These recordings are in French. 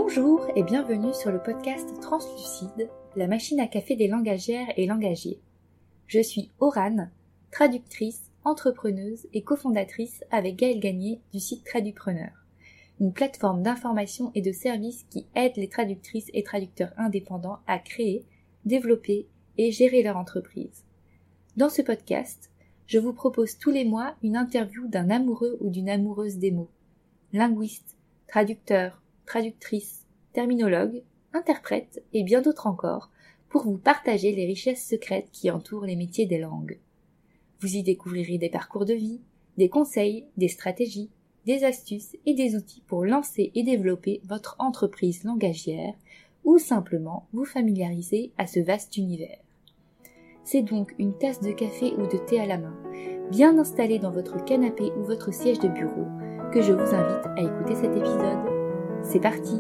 Bonjour et bienvenue sur le podcast Translucide, la machine à café des langagières et langagiers. Je suis Aurane, traductrice, entrepreneuse et cofondatrice avec Gaëlle Gagné du site Tradupreneur, une plateforme d'information et de services qui aide les traductrices et traducteurs indépendants à créer, développer et gérer leur entreprise. Dans ce podcast, je vous propose tous les mois une interview d'un amoureux ou d'une amoureuse des mots, linguiste, traducteur, traductrice, terminologue, interprète et bien d'autres encore, pour vous partager les richesses secrètes qui entourent les métiers des langues. Vous y découvrirez des parcours de vie, des conseils, des stratégies, des astuces et des outils pour lancer et développer votre entreprise langagière ou simplement vous familiariser à ce vaste univers. C'est donc une tasse de café ou de thé à la main, bien installée dans votre canapé ou votre siège de bureau, que je vous invite à écouter cet épisode. C'est parti!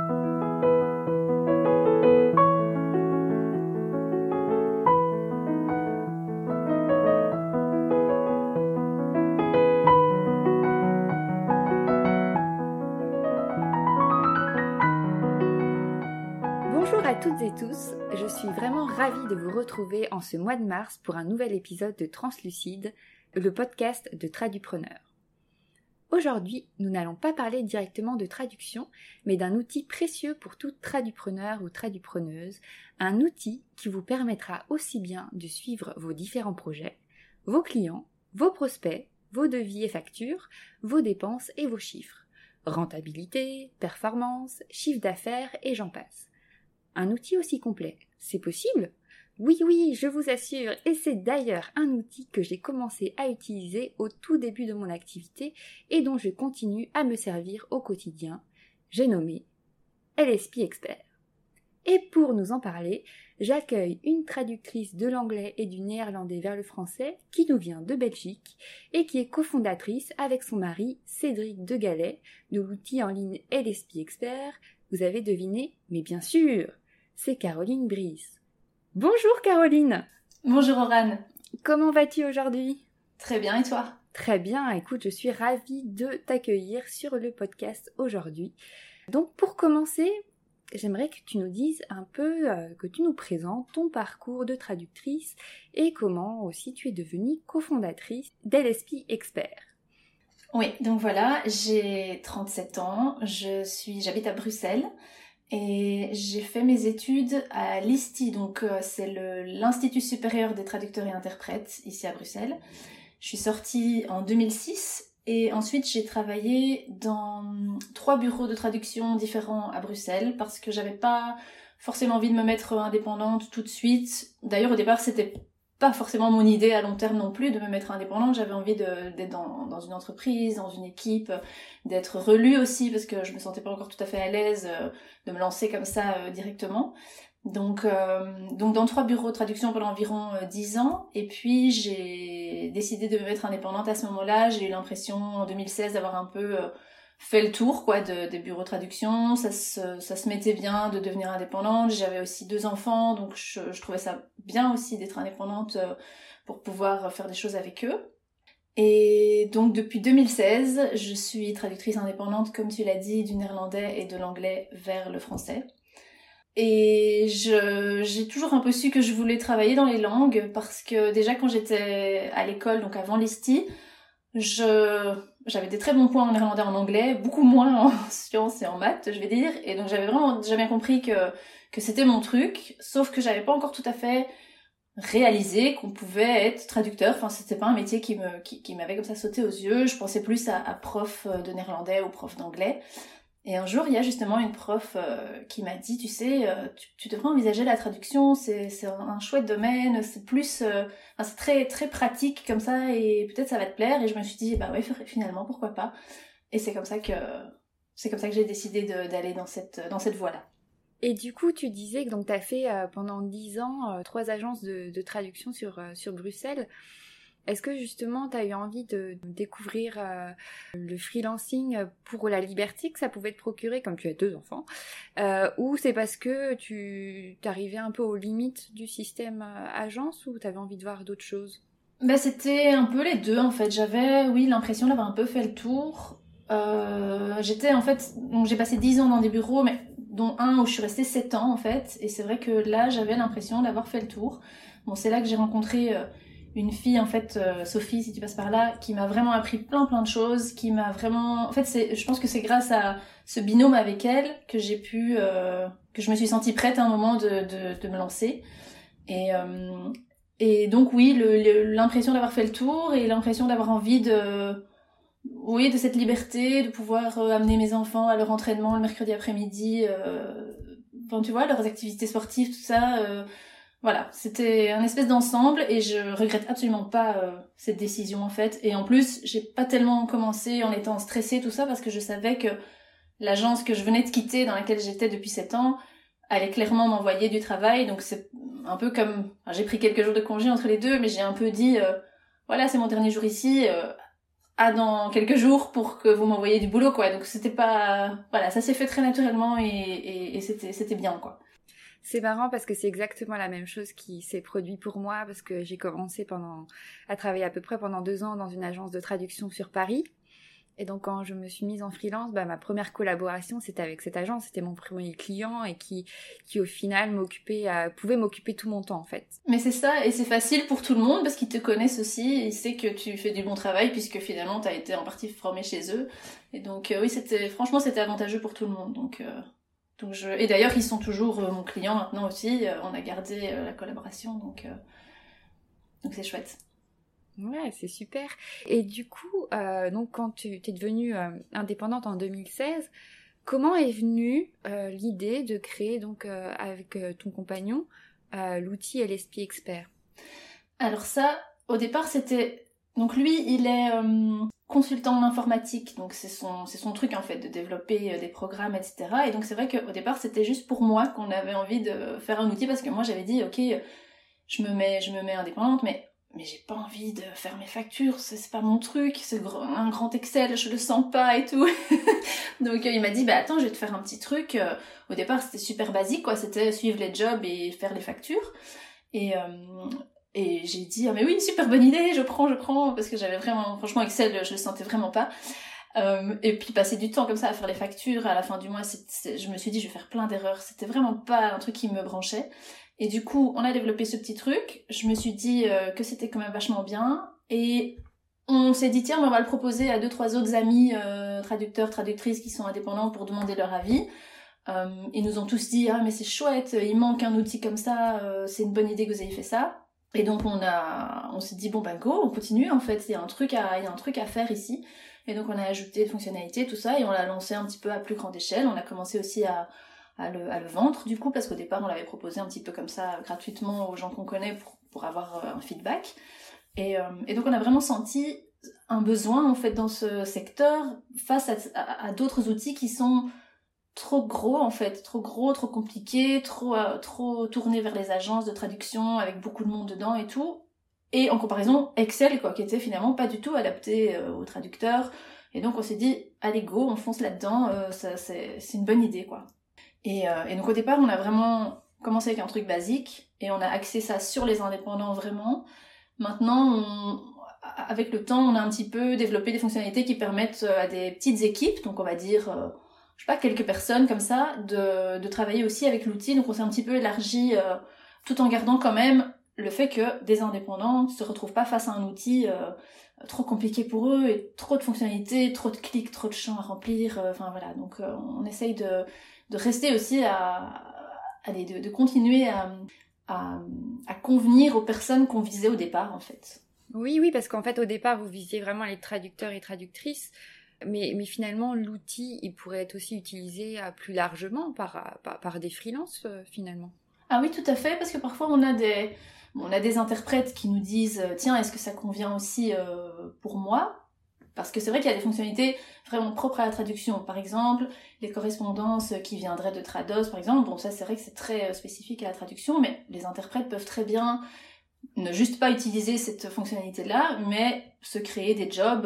Bonjour à toutes et tous, je suis vraiment ravie de vous retrouver en ce mois de mars pour un nouvel épisode de Translucide, le podcast de Tradupreneur. Aujourd'hui, nous n'allons pas parler directement de traduction, mais d'un outil précieux pour tout tradupreneur ou tradupreneuse, un outil qui vous permettra aussi bien de suivre vos différents projets, vos clients, vos prospects, vos devis et factures, vos dépenses et vos chiffres, rentabilité, performance, chiffre d'affaires et j'en passe. Un outil aussi complet, c'est possible ? Oui, je vous assure, et c'est d'ailleurs un outil que j'ai commencé à utiliser au tout début de mon activité et dont je continue à me servir au quotidien. J'ai nommé LSP Expert. Et pour nous en parler, j'accueille une traductrice de l'anglais et du néerlandais vers le français qui nous vient de Belgique et qui est cofondatrice avec son mari Cédric Degalais de l'outil en ligne LSP Expert. Vous avez deviné ? Mais bien sûr, c'est Caroline Brice. Bonjour Caroline. Bonjour Aurane. Comment vas-tu aujourd'hui ? Très bien, et toi ? Très bien, écoute, je suis ravie de t'accueillir sur le podcast aujourd'hui. Donc pour commencer, j'aimerais que tu nous dises un peu, que tu nous présentes ton parcours de traductrice et comment aussi tu es devenue cofondatrice d'LSP Expert. Oui, donc voilà, j'ai 37 ans, j'habite à Bruxelles. Et j'ai fait mes études à l'ISTI, donc c'est l'Institut supérieur des traducteurs et interprètes, ici à Bruxelles. Je suis sortie en 2006 et ensuite j'ai travaillé dans 3 bureaux de traduction différents à Bruxelles parce que j'avais pas forcément envie de me mettre indépendante tout de suite. D'ailleurs au départ c'était pas forcément mon idée à long terme non plus de me mettre indépendante, j'avais envie d'être dans une entreprise, dans une équipe, d'être relue aussi parce que je me sentais pas encore tout à fait à l'aise de me lancer comme ça directement. Donc dans 3 bureaux de traduction pendant environ 10 ans et puis j'ai décidé de me mettre indépendante à ce moment-là. J'ai eu l'impression en 2016 d'avoir un peu fait le tour des bureaux de traduction, ça se mettait bien de devenir indépendante. J'avais aussi 2 enfants, donc je trouvais ça bien aussi d'être indépendante pour pouvoir faire des choses avec eux. Et donc depuis 2016, je suis traductrice indépendante, comme tu l'as dit, du néerlandais et de l'anglais vers le français. Et j'ai toujours un peu su que je voulais travailler dans les langues parce que déjà quand j'étais à l'école, donc avant l'ISTI, j'avais des très bons points en néerlandais et en anglais, beaucoup moins en sciences et en maths, je vais dire. Et donc j'avais vraiment déjà bien compris que c'était mon truc, sauf que j'avais pas encore tout à fait réalisé qu'on pouvait être traducteur. Enfin, c'était pas un métier qui m'avait comme ça sauté aux yeux. Je pensais plus à prof de néerlandais ou prof d'anglais. Et un jour, il y a justement une prof qui m'a dit, tu sais, tu devrais envisager la traduction, c'est un chouette domaine, c'est plus, c'est très très pratique comme ça et peut-être ça va te plaire. Et je me suis dit, bah ouais, finalement, pourquoi pas. Et c'est comme ça que j'ai décidé d'aller dans cette voie-là. Et du coup, tu disais que donc tu as fait pendant 10 ans 3 agences de traduction sur Bruxelles. Est-ce que justement tu as eu envie de découvrir le freelancing pour la liberté que ça pouvait te procurer comme tu as 2 enfants ou c'est parce que tu t'arrivais un peu aux limites du système agence ou tu avais envie de voir d'autres choses ? Bah, c'était un peu les deux en fait. J'avais l'impression d'avoir un peu fait le tour. J'ai passé 10 ans dans des bureaux, mais dont un où je suis restée 7 ans en fait, et c'est vrai que là j'avais l'impression d'avoir fait le tour. Bon, c'est là que j'ai rencontré une fille en fait, Sophie si tu passes par là, qui m'a vraiment appris plein de choses, qui m'a vraiment... En fait je pense que c'est grâce à ce binôme avec elle que j'ai pu... que je me suis sentie prête à un moment de me lancer. Et donc oui, l'impression d'avoir fait le tour et l'impression d'avoir envie de cette liberté, de pouvoir amener mes enfants à leur entraînement le mercredi après-midi, enfin tu vois, leurs activités sportives, tout ça... Voilà, c'était un espèce d'ensemble et je regrette absolument pas cette décision en fait. Et en plus, j'ai pas tellement commencé en étant stressée tout ça parce que je savais que l'agence que je venais de quitter, dans laquelle j'étais depuis 7 ans, allait clairement m'envoyer du travail. Donc c'est un peu comme... Enfin, j'ai pris quelques jours de congé entre les deux, mais j'ai un peu dit, voilà, c'est mon dernier jour ici, à dans quelques jours pour que vous m'envoyiez du boulot, quoi. Donc c'était pas... Voilà, ça s'est fait très naturellement et c'était bien, quoi. C'est marrant parce que c'est exactement la même chose qui s'est produit pour moi parce que j'ai commencé à travailler à peu près pendant 2 ans dans une agence de traduction sur Paris. Et donc quand je me suis mise en freelance, ma première collaboration c'était avec cette agence, c'était mon premier client et qui au final pouvait m'occuper tout mon temps en fait. Mais c'est ça, et c'est facile pour tout le monde parce qu'ils te connaissent aussi, ils savent que tu fais du bon travail puisque finalement t'as été en partie formé chez eux. Et donc oui, c'était avantageux pour tout le monde. Et d'ailleurs, ils sont toujours mon client maintenant aussi. On a gardé la collaboration, donc c'est chouette. Ouais, c'est super. Et du coup, donc quand tu es devenue indépendante en 2016, comment est venue l'idée de créer donc avec ton compagnon l'outil LSP Expert? Alors ça, au départ, c'était... Donc lui, il est consultant en informatique, donc c'est son truc en fait, de développer des programmes, etc. Et donc c'est vrai qu'au départ, c'était juste pour moi qu'on avait envie de faire un outil, parce que moi j'avais dit, ok, je me mets indépendante, mais j'ai pas envie de faire mes factures, c'est pas mon truc, c'est un grand Excel, je le sens pas et tout. Donc il m'a dit, attends, je vais te faire un petit truc. Au départ, c'était super basique, quoi, c'était suivre les jobs et faire les factures. Et j'ai dit, ah mais oui, super bonne idée, je prends, parce que j'avais vraiment, franchement, Excel, je le sentais vraiment pas. Et puis passer du temps comme ça à faire les factures à la fin du mois, je me suis dit, je vais faire plein d'erreurs, c'était vraiment pas un truc qui me branchait. Et du coup, on a développé ce petit truc, je me suis dit que c'était quand même vachement bien, et on s'est dit, tiens, on va le proposer à 2-3 autres amis traducteurs, traductrices qui sont indépendants pour demander leur avis. Ils nous ont tous dit, ah mais c'est chouette, il manque un outil comme ça, c'est une bonne idée que vous ayez fait ça. Et donc on s'est dit, bon go, on continue en fait, il y a un truc à faire ici. Et donc on a ajouté des fonctionnalités, tout ça, et on l'a lancé un petit peu à plus grande échelle. On a commencé aussi à le vendre du coup, parce qu'au départ on l'avait proposé un petit peu comme ça gratuitement aux gens qu'on connaît pour avoir un feedback. Et donc on a vraiment senti un besoin en fait dans ce secteur face à d'autres outils qui sont trop gros en fait, trop gros, trop compliqués, trop tournés vers les agences de traduction avec beaucoup de monde dedans et tout. Et en comparaison, Excel quoi, qui était finalement pas du tout adapté aux traducteurs. Et donc on s'est dit, allez go, on fonce là-dedans, c'est une bonne idée quoi. Et donc au départ, on a vraiment commencé avec un truc basique et on a axé ça sur les indépendants vraiment. Maintenant, avec le temps, on a un petit peu développé des fonctionnalités qui permettent à des petites équipes, donc on va dire, je sais pas, quelques personnes comme ça, de travailler aussi avec l'outil. Donc on s'est un petit peu élargi tout en gardant quand même le fait que des indépendants ne se retrouvent pas face à un outil trop compliqué pour eux et trop de fonctionnalités, trop de clics, trop de champs à remplir. Enfin voilà, donc on essaye de rester aussi de continuer à convenir aux personnes qu'on visait au départ en fait. Oui, parce qu'en fait au départ vous visiez vraiment les traducteurs et traductrices, mais finalement l'outil il pourrait être aussi utilisé plus largement par des freelances finalement. Ah oui, tout à fait, parce que parfois on a des interprètes qui nous disent tiens, est-ce que ça convient aussi pour moi ? Parce que c'est vrai qu'il y a des fonctionnalités vraiment propres à la traduction. Par exemple, les correspondances qui viendraient de Trados, par exemple. Bon, ça, c'est vrai que c'est très spécifique à la traduction, mais les interprètes peuvent très bien ne juste pas utiliser cette fonctionnalité-là, mais se créer des jobs.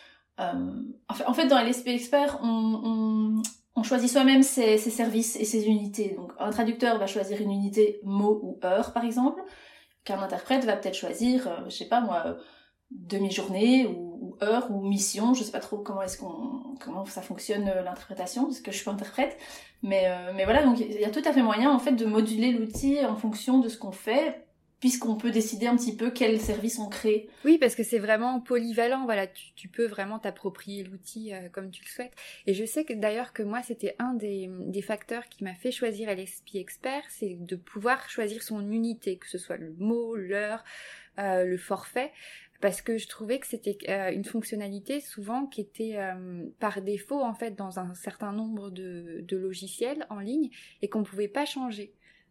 En fait, dans LSP Expert, on choisit soi-même ses services et ses unités. Donc, un traducteur va choisir une unité mot ou heure, par exemple, qu'un interprète va peut-être choisir, je sais pas moi... demi-journée ou heure ou mission, je sais pas trop comment ça fonctionne l'interprétation, parce que je suis pas interprète, mais voilà, donc il y a tout à fait moyen en fait de moduler l'outil en fonction de ce qu'on fait, puisqu'on peut décider un petit peu quel service on crée. Oui, parce que c'est vraiment polyvalent, voilà, tu peux vraiment t'approprier l'outil comme tu le souhaites. Et je sais que d'ailleurs que moi, c'était un des facteurs qui m'a fait choisir LSP Expert, c'est de pouvoir choisir son unité, que ce soit le mot, l'heure, le forfait, parce que je trouvais que c'était une fonctionnalité souvent qui était par défaut en fait dans un certain nombre de logiciels en ligne et qu'on pouvait pas changer.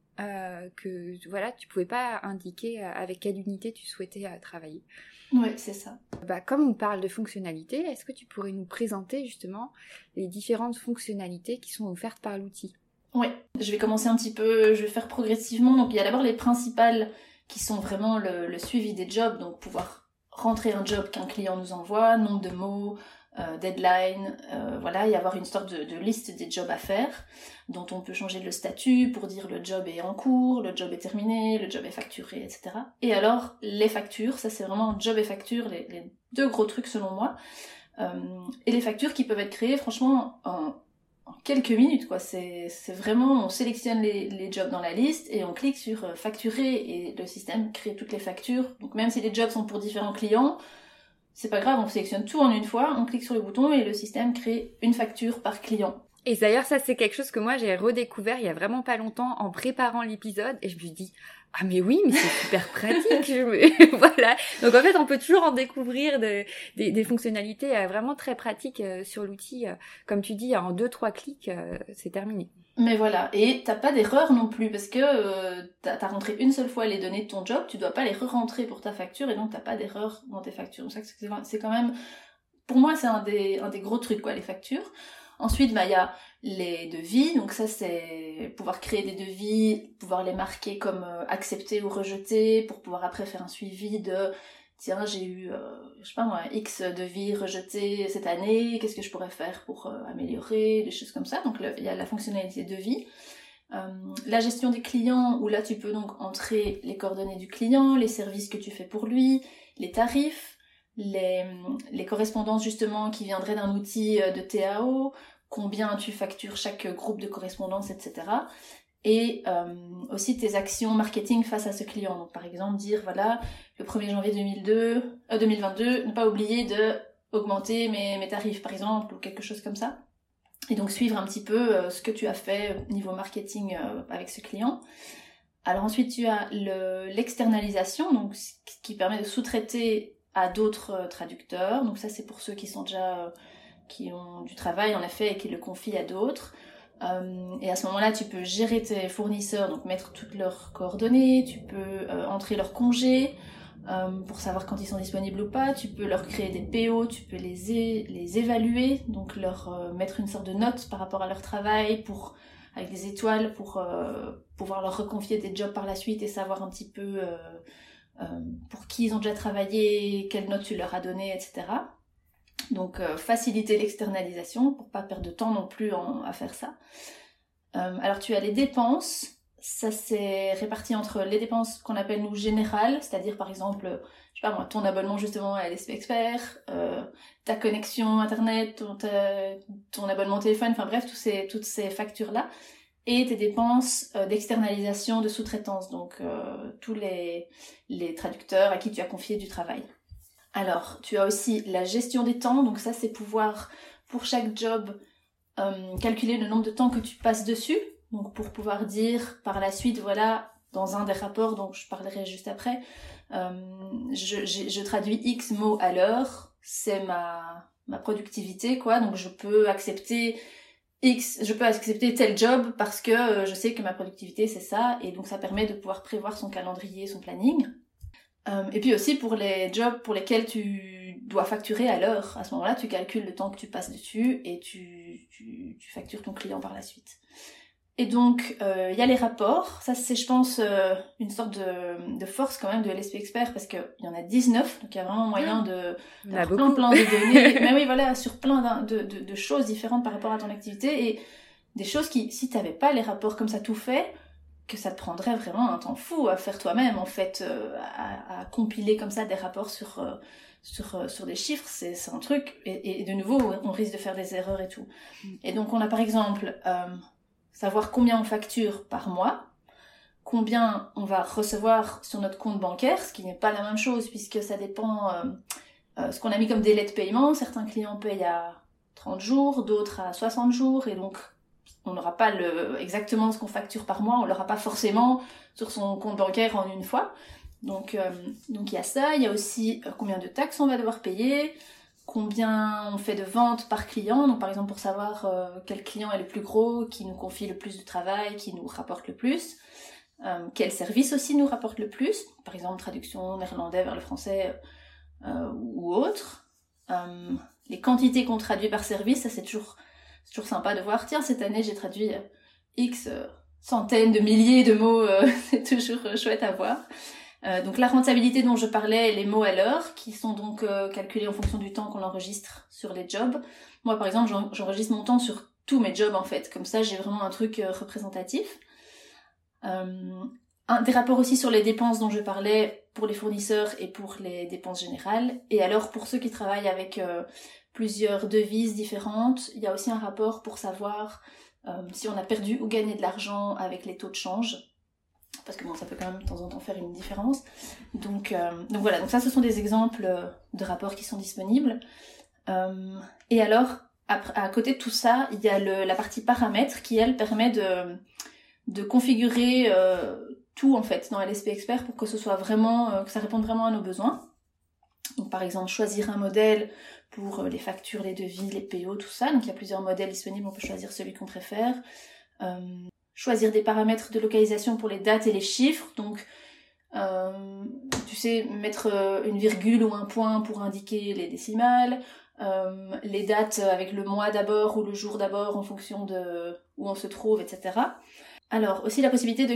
Que voilà, tu pouvais pas indiquer avec quelle unité tu souhaitais travailler. Oui, c'est ça. Comme on parle de fonctionnalités, est-ce que tu pourrais nous présenter justement les différentes fonctionnalités qui sont offertes par l'outil ? Oui, je vais commencer un petit peu, je vais faire progressivement. Donc il y a d'abord les principales qui sont vraiment le suivi des jobs, donc pouvoir rentrer un job qu'un client nous envoie, nombre de mots, deadline, voilà, y avoir une sorte de liste des jobs à faire, dont on peut changer le statut pour dire le job est en cours, le job est terminé, le job est facturé, etc. Et alors, les factures, ça c'est vraiment job et facture, les deux gros trucs selon moi. Et les factures qui peuvent être créées, franchement, en quelques minutes, quoi. C'est vraiment, on sélectionne les jobs dans la liste et on clique sur facturer et le système crée toutes les factures. Donc même si les jobs sont pour différents clients, c'est pas grave, on sélectionne tout en une fois, on clique sur le bouton et le système crée une facture par client. Et d'ailleurs, ça c'est quelque chose que moi j'ai redécouvert il y a vraiment pas longtemps en préparant l'épisode et je me suis dit ah mais oui, mais c'est super pratique. Voilà. Donc en fait, on peut toujours en découvrir des fonctionnalités vraiment très pratiques sur l'outil. Comme tu dis, en 2-3 clics, c'est terminé. Mais voilà, et t'as pas d'erreur non plus, parce que t'as rentré une seule fois les données de ton job, tu dois pas les re-rentrer pour ta facture, et donc t'as pas d'erreur dans tes factures. Donc ça, c'est quand même, pour moi, c'est un des gros trucs, quoi, les factures. Ensuite, il y a les devis, donc ça c'est pouvoir créer des devis, pouvoir les marquer comme acceptés ou rejetés, pour pouvoir après faire un suivi de tiens, j'ai eu, je sais pas moi, X devis rejetés cette année, qu'est-ce que je pourrais faire pour améliorer, des choses comme ça. Donc il y a la fonctionnalité devis. La gestion des clients, où là tu peux donc entrer les coordonnées du client, les services que tu fais pour lui, les tarifs, les correspondances justement qui viendraient d'un outil de TAO, combien tu factures chaque groupe de correspondance, etc. Et aussi tes actions marketing face à ce client. Donc par exemple dire voilà, le 1er janvier 2022, ne pas oublier de augmenter mes tarifs par exemple, ou quelque chose comme ça. Et donc suivre un petit peu ce que tu as fait niveau marketing avec ce client. Alors ensuite tu as l'externalisation, donc ce qui permet de sous-traiter à d'autres traducteurs. Donc ça c'est pour ceux qui sont déjà qui ont du travail en effet et qui le confient à d'autres. Et à ce moment-là, tu peux gérer tes fournisseurs, donc mettre toutes leurs coordonnées, tu peux entrer leurs congés pour savoir quand ils sont disponibles ou pas, tu peux leur créer des PO, tu peux les évaluer, donc leur mettre une sorte de note par rapport à leur travail avec des étoiles pour pouvoir leur reconfier des jobs par la suite et savoir un petit peu pour qui ils ont déjà travaillé, quelle note tu leur as donné, etc. Donc faciliter l'externalisation pour pas perdre de temps non plus à faire ça. Alors tu as les dépenses, ça c'est réparti entre les dépenses qu'on appelle nous générales, c'est-à-dire par exemple, je sais pas moi, ton abonnement justement à LSP Expert, ta connexion internet, ton abonnement téléphone, enfin bref, toutes ces factures-là, et tes dépenses d'externalisation, de sous-traitance, donc tous les traducteurs à qui tu as confié du travail. Alors, tu as aussi la gestion des temps, donc ça c'est pouvoir, pour chaque job, calculer le nombre de temps que tu passes dessus, donc pour pouvoir dire par la suite, voilà, dans un des rapports dont je parlerai juste après, je traduis X mots à l'heure, c'est ma productivité, quoi, donc je peux accepter tel job parce que je sais que ma productivité c'est ça, et donc ça permet de pouvoir prévoir son calendrier, son planning. Et puis aussi pour les jobs pour lesquels tu dois facturer à l'heure, à ce moment-là tu calcules le temps que tu passes dessus et tu factures ton client par la suite. Et donc il y a les rapports, ça c'est je pense une sorte de force quand même de LSP Expert parce qu'il y en a 19, donc il y a vraiment moyen d'avoir plein de données, mais oui voilà, sur plein de choses différentes par rapport à ton activité et des choses qui, si t'avais pas les rapports comme ça tout fait, que ça te prendrait vraiment un temps fou à faire toi-même, en fait, à compiler comme ça des rapports sur des chiffres, c'est un truc, et de nouveau, on risque de faire des erreurs et tout. Et donc, on a par exemple, savoir combien on facture par mois, combien on va recevoir sur notre compte bancaire, ce qui n'est pas la même chose, puisque ça dépend ce qu'on a mis comme délai de paiement. Certains clients payent à 30 jours, d'autres à 60 jours, et donc on n'aura pas exactement ce qu'on facture par mois, on l'aura pas forcément sur son compte bancaire en une fois. Donc il y a ça, il y a aussi combien de taxes on va devoir payer, combien on fait de ventes par client, donc par exemple pour savoir quel client est le plus gros, qui nous confie le plus de travail, qui nous rapporte le plus, quel service aussi nous rapporte le plus, par exemple traduction néerlandais vers le français ou autre, les quantités qu'on traduit par service, ça c'est toujours sympa de voir, tiens cette année j'ai traduit X centaines de milliers de mots, c'est toujours chouette à voir. Donc la rentabilité dont je parlais, les mots à l'heure, qui sont donc calculés en fonction du temps qu'on enregistre sur les jobs. Moi par exemple, j'enregistre mon temps sur tous mes jobs en fait, comme ça j'ai vraiment un truc représentatif. Des rapports aussi sur les dépenses dont je parlais pour les fournisseurs et pour les dépenses générales. Et alors pour ceux qui travaillent avec plusieurs devises différentes, il y a aussi un rapport pour savoir si on a perdu ou gagné de l'argent avec les taux de change. Parce que bon, ça peut quand même de temps en temps faire une différence. Donc voilà, donc ça ce sont des exemples de rapports qui sont disponibles. Et alors, à côté de tout ça, il y a la partie paramètres qui, elle, permet de configurer tout en fait dans LSP Expert pour que ce soit vraiment, que ça réponde vraiment à nos besoins. Donc par exemple, choisir un modèle pour les factures, les devis, les PO, tout ça. Donc il y a plusieurs modèles disponibles, on peut choisir celui qu'on préfère. Choisir des paramètres de localisation pour les dates et les chiffres, donc tu sais, mettre une virgule ou un point pour indiquer les décimales, les dates avec le mois d'abord ou le jour d'abord en fonction de où on se trouve, etc. Alors aussi la possibilité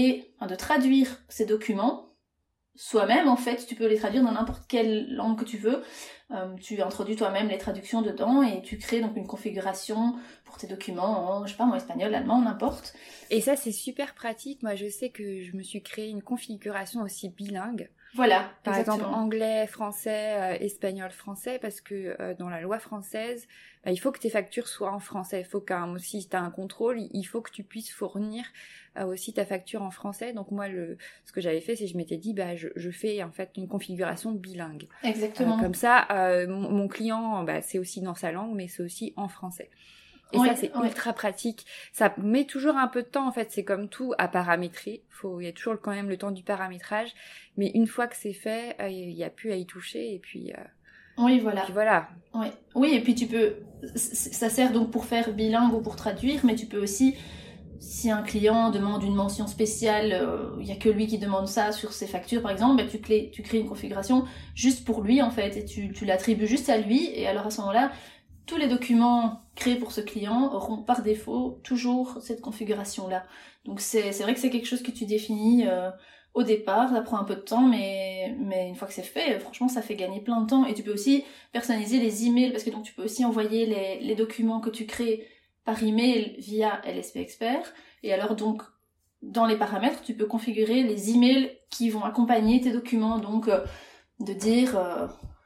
de traduire ces documents soi-même, en fait, tu peux les traduire dans n'importe quelle langue que tu veux. Tu introduis toi-même les traductions dedans et tu crées donc une configuration pour tes documents en, je sais pas, en espagnol, allemand, n'importe. Et ça, c'est super pratique. Moi, je sais que je me suis créé une configuration aussi bilingue. Voilà, par exactement. exemple anglais, français, espagnol, français, parce que dans la loi française, il faut que tes factures soient en français. Il faut si tu as un contrôle, il faut que tu puisses fournir aussi ta facture en français. Donc moi, ce que j'avais fait, c'est que je m'étais dit, je fais en fait une configuration bilingue. Exactement. Comme ça, mon client, c'est aussi dans sa langue, mais c'est aussi en français. Et ça, c'est ultra pratique. Ça met toujours un peu de temps, en fait. C'est comme tout à paramétrer. Il y a toujours quand même le temps du paramétrage. Mais une fois que c'est fait, il n'y a plus à y toucher. Et puis... oui, voilà. Puis voilà. Oui, et puis tu peux... Ça sert donc pour faire bilingue ou pour traduire, mais tu peux aussi... Si un client demande une mention spéciale, il n'y a que lui qui demande ça sur ses factures, par exemple, tu crées une configuration juste pour lui, en fait, et tu l'attribues juste à lui. Et alors, à ce moment-là, tous les documents créés pour ce client auront par défaut toujours cette configuration-là. Donc c'est vrai que c'est quelque chose que tu définis au départ, ça prend un peu de temps, mais une fois que c'est fait, franchement ça fait gagner plein de temps. Et tu peux aussi personnaliser les emails, parce que donc tu peux aussi envoyer les documents que tu crées par email via LSP Expert. Et alors donc dans les paramètres, tu peux configurer les emails qui vont accompagner tes documents, donc de dire...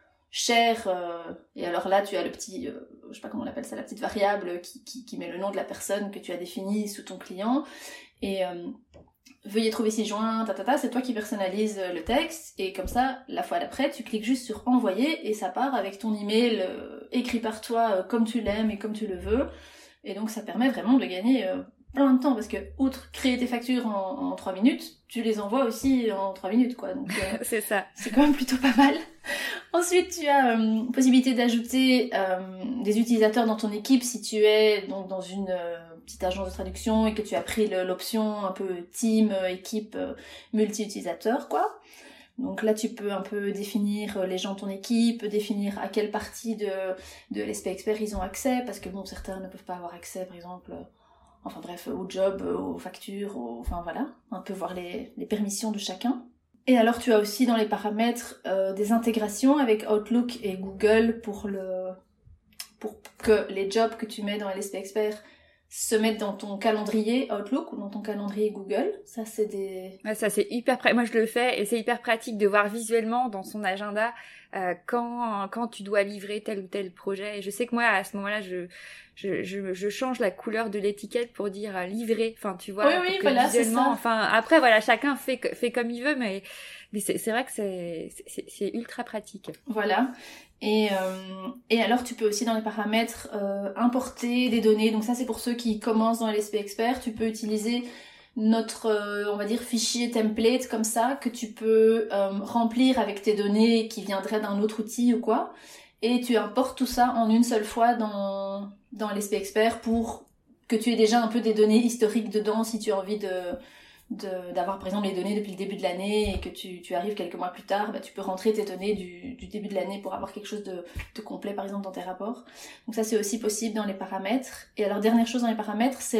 cher, et alors là tu as le petit, je sais pas comment on appelle ça, la petite variable qui met le nom de la personne que tu as définie sous ton client, et veuillez trouver ci-joint, c'est toi qui personnalise le texte, et comme ça, la fois d'après, tu cliques juste sur envoyer, et ça part avec ton email écrit par toi comme tu l'aimes et comme tu le veux, et donc ça permet vraiment de gagner plein de temps, parce que outre créer tes factures en 3 minutes, tu les envoies aussi en 3 minutes, quoi. Donc c'est ça. C'est quand même plutôt pas mal. Ensuite, tu as possibilité d'ajouter des utilisateurs dans ton équipe si tu es donc dans une petite agence de traduction et que tu as pris l'option un peu team, équipe, multi-utilisateur, quoi. Donc là, tu peux un peu définir les gens de ton équipe, définir à quelle partie de LSP Expert ils ont accès, parce que bon, certains ne peuvent pas avoir accès, par exemple... Enfin bref, au job, aux factures, enfin voilà, un peu voir les permissions de chacun. Et alors tu as aussi dans les paramètres des intégrations avec Outlook et Google pour que les jobs que tu mets dans LSP Expert se mettre dans ton calendrier Outlook ou dans ton calendrier Google. Ça, c'est des... Ouais, ça c'est hyper moi je le fais et c'est hyper pratique de voir visuellement dans son agenda quand tu dois livrer tel ou tel projet. Et je sais que moi à ce moment-là je change la couleur de l'étiquette pour dire livrer. Enfin tu vois, oui, voilà, c'est ça. Enfin après voilà, chacun fait comme il veut, mais c'est vrai que c'est ultra pratique. Voilà. Et alors tu peux aussi dans les paramètres importer des données. Donc ça c'est pour ceux qui commencent dans LSP Expert. Tu peux utiliser notre on va dire fichier template comme ça que tu peux remplir avec tes données qui viendraient d'un autre outil ou quoi. Et tu importes tout ça en une seule fois dans LSP Expert pour que tu aies déjà un peu des données historiques dedans si tu as envie d'avoir par exemple les données depuis le début de l'année et que tu arrives quelques mois plus tard, tu peux rentrer tes données du début de l'année pour avoir quelque chose de complet par exemple dans tes rapports. Donc ça c'est aussi possible dans les paramètres. Et alors dernière chose dans les paramètres, c'est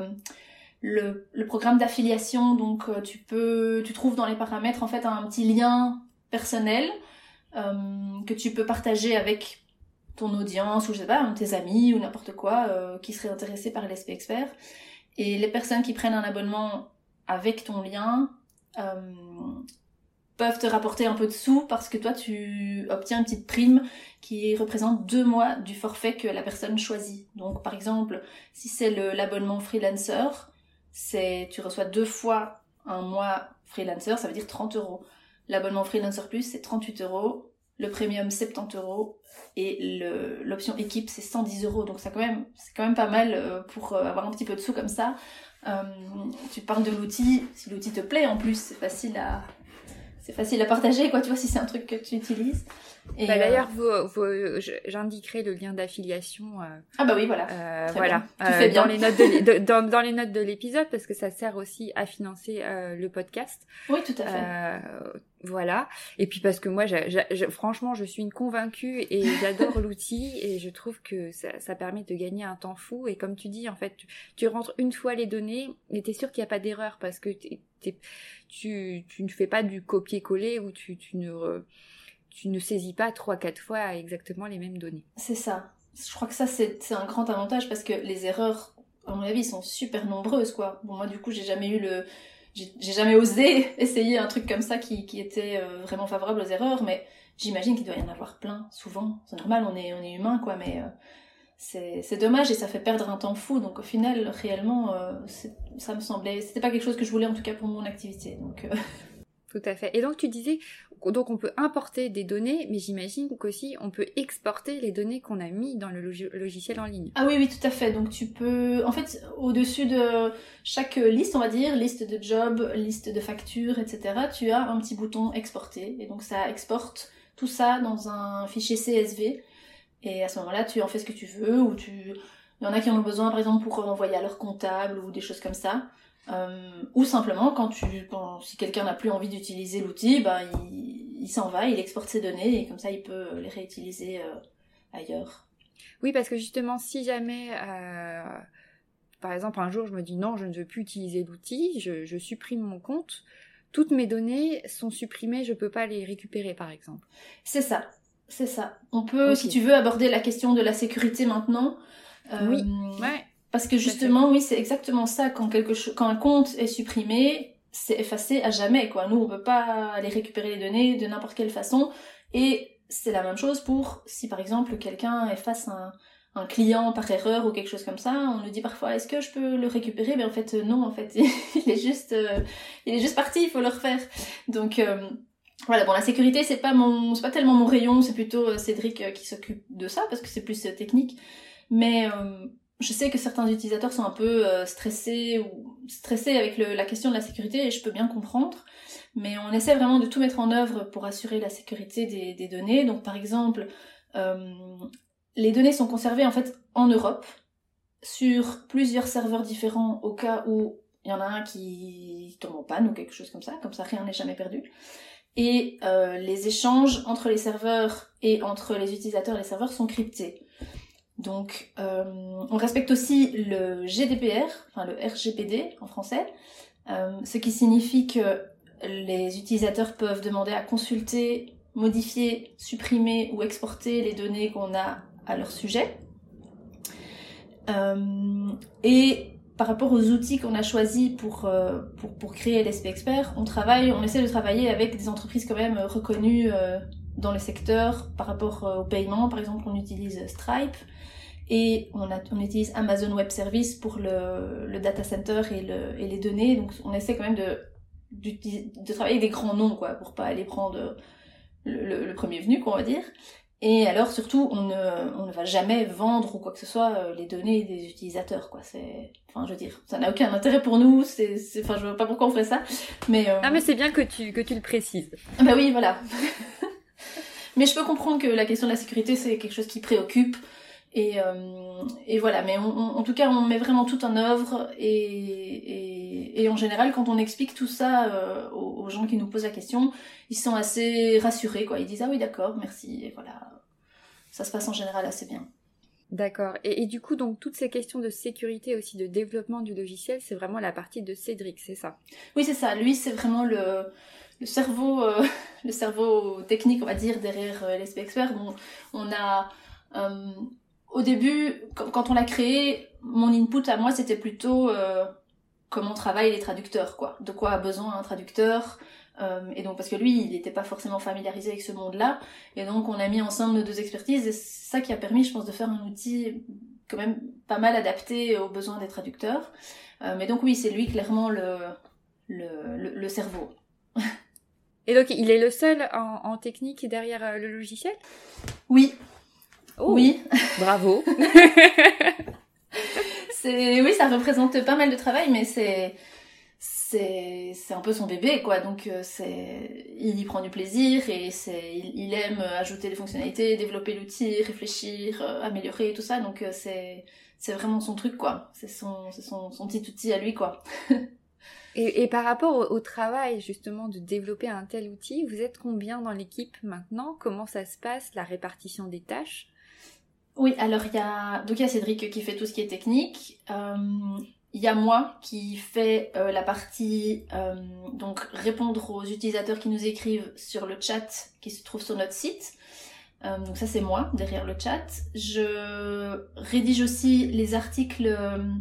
le programme d'affiliation. Donc tu trouves dans les paramètres en fait un petit lien personnel que tu peux partager avec ton audience ou je sais pas, tes amis ou n'importe quoi qui seraient intéressés par LSP Expert. Et les personnes qui prennent un abonnement avec ton lien peuvent te rapporter un peu de sous parce que toi tu obtiens une petite prime qui représente 2 mois du forfait que la personne choisit. Donc par exemple, si c'est l'abonnement freelancer, tu reçois 2 fois un mois freelancer, ça veut dire 30€. L'abonnement freelancer plus c'est 38€, le premium 70€ et l'option équipe c'est 110€. Donc c'est quand même pas mal pour avoir un petit peu de sous comme ça. Tu parles de l'outil, si l'outil te plaît en plus, c'est facile à partager quoi, tu vois, si c'est un truc que tu utilises. Et d'ailleurs j'indiquerai le lien d'affiliation ah bah oui voilà, voilà tu fais bien. dans les notes de l'épisode parce que ça sert aussi à financer le podcast. Oui tout à fait. Voilà, et puis parce que moi franchement je suis une convaincue et j'adore l'outil et je trouve que ça permet de gagner un temps fou. Et comme tu dis en fait tu rentres une fois les données et t'es sûr qu'il n'y a pas d'erreur parce que tu ne fais pas du copier-coller ou tu ne saisis pas 3-4 fois exactement les mêmes données. C'est ça. Je crois que ça, c'est un grand avantage parce que les erreurs, à mon avis, sont super nombreuses, quoi. Bon, moi, du coup, j'ai jamais osé essayer un truc comme ça qui était vraiment favorable aux erreurs, mais j'imagine qu'il doit y en avoir plein, souvent. C'est normal, on est humain, quoi, mais c'est dommage et ça fait perdre un temps fou. Donc, au final, réellement, ça me semblait... C'était pas quelque chose que je voulais, en tout cas, pour mon activité, donc... Tout à fait. Et donc tu disais, donc on peut importer des données, mais j'imagine qu'aussi on peut exporter les données qu'on a mis dans le logiciel en ligne. Ah oui, tout à fait. Donc tu peux, en fait, au-dessus de chaque liste, on va dire, liste de jobs, liste de factures, etc., tu as un petit bouton exporter. Et donc ça exporte tout ça dans un fichier CSV. Et à ce moment-là, tu en fais ce que tu veux, il y en a qui en ont besoin, par exemple, pour envoyer à leur comptable ou des choses comme ça. Ou simplement si quelqu'un n'a plus envie d'utiliser l'outil, il s'en va, il exporte ses données et comme ça il peut les réutiliser ailleurs. Oui, parce que justement si jamais par exemple un jour je me dis non, je ne veux plus utiliser l'outil, je supprime mon compte, toutes mes données sont supprimées, je peux pas les récupérer par exemple. C'est ça. On peut, okay. Si tu veux aborder la question de la sécurité maintenant. Oui, ouais. Parce que justement, oui, c'est exactement ça. Quand un compte est supprimé, c'est effacé à jamais, quoi. Nous, on peut pas aller récupérer les données de n'importe quelle façon. Et c'est la même chose pour si, par exemple, quelqu'un efface un client par erreur ou quelque chose comme ça. On nous dit parfois, est-ce que je peux le récupérer? Mais en fait, non, en fait, il est juste parti, il faut le refaire. Donc, voilà, bon, la sécurité, c'est pas tellement mon rayon, c'est plutôt Cédric qui s'occupe de ça, parce que c'est plus technique. Mais, je sais que certains utilisateurs sont un peu stressés avec la question de la sécurité et je peux bien comprendre, mais on essaie vraiment de tout mettre en œuvre pour assurer la sécurité des données. Donc par exemple, les données sont conservées en fait en Europe sur plusieurs serveurs différents au cas où il y en a un qui tombe en panne ou quelque chose comme ça rien n'est jamais perdu. Et les échanges entre les serveurs et entre les utilisateurs et les serveurs sont cryptés. Donc, on respecte aussi le GDPR, enfin le RGPD en français, ce qui signifie que les utilisateurs peuvent demander à consulter, modifier, supprimer ou exporter les données qu'on a à leur sujet. Et par rapport aux outils qu'on a choisis pour créer LSP Expert, on essaie de travailler avec des entreprises quand même reconnues dans le secteur par rapport au paiement. Par exemple, on utilise Stripe et on utilise Amazon Web Services pour le data center et les données. Donc on essaie quand même de travailler avec des grands noms, quoi, pour pas aller prendre le premier venu, quoi, on va dire. Et alors surtout, on ne va jamais vendre ou quoi que ce soit les données des utilisateurs, quoi. Enfin, je veux dire, ça n'a aucun intérêt pour nous. Enfin, je vois pas pourquoi on ferait ça. Mais mais c'est bien que tu le précises. Bah oui, voilà. Mais je peux comprendre que la question de la sécurité, c'est quelque chose qui préoccupe. Et voilà. Mais en tout cas, on met vraiment tout en œuvre. Et en général, quand on explique tout ça aux gens qui nous posent la question, ils sont assez rassurés, quoi. Ils disent ah oui, d'accord, merci. Et voilà. Ça se passe en général assez bien. D'accord. Et du coup, donc, toutes ces questions de sécurité aussi, de développement du logiciel, c'est vraiment la partie de Cédric, c'est ça? Oui, c'est ça. Lui, c'est vraiment le cerveau, le cerveau technique, on va dire, derrière LSP Expert. Donc, on a, au début, quand on l'a créé, mon input à moi, c'était plutôt comment travaillent les traducteurs, quoi. De quoi a besoin un traducteur. Et donc parce que lui il n'était pas forcément familiarisé avec ce monde-là, et donc on a mis ensemble nos deux expertises, et c'est ça qui a permis, je pense, de faire un outil quand même pas mal adapté aux besoins des traducteurs. Mais donc oui, c'est lui clairement le cerveau. Et donc il est le seul en technique derrière le logiciel? Oui. Oh, oui. Bravo. Oui, ça représente pas mal de travail, mais c'est un peu son bébé, quoi. Donc il y prend du plaisir, et il aime ajouter des fonctionnalités, développer l'outil, réfléchir, améliorer, tout ça. Donc c'est vraiment son truc, quoi. C'est son petit outil à lui, quoi. Et par rapport au travail, justement, de développer un tel outil, vous êtes combien dans l'équipe maintenant? Comment ça se passe, la répartition des tâches? Oui, alors il y a Cédric qui fait tout ce qui est technique. Il y a moi qui fais la partie donc répondre aux utilisateurs qui nous écrivent sur le chat qui se trouve sur notre site. Donc ça, c'est moi derrière le chat. Je rédige aussi les articles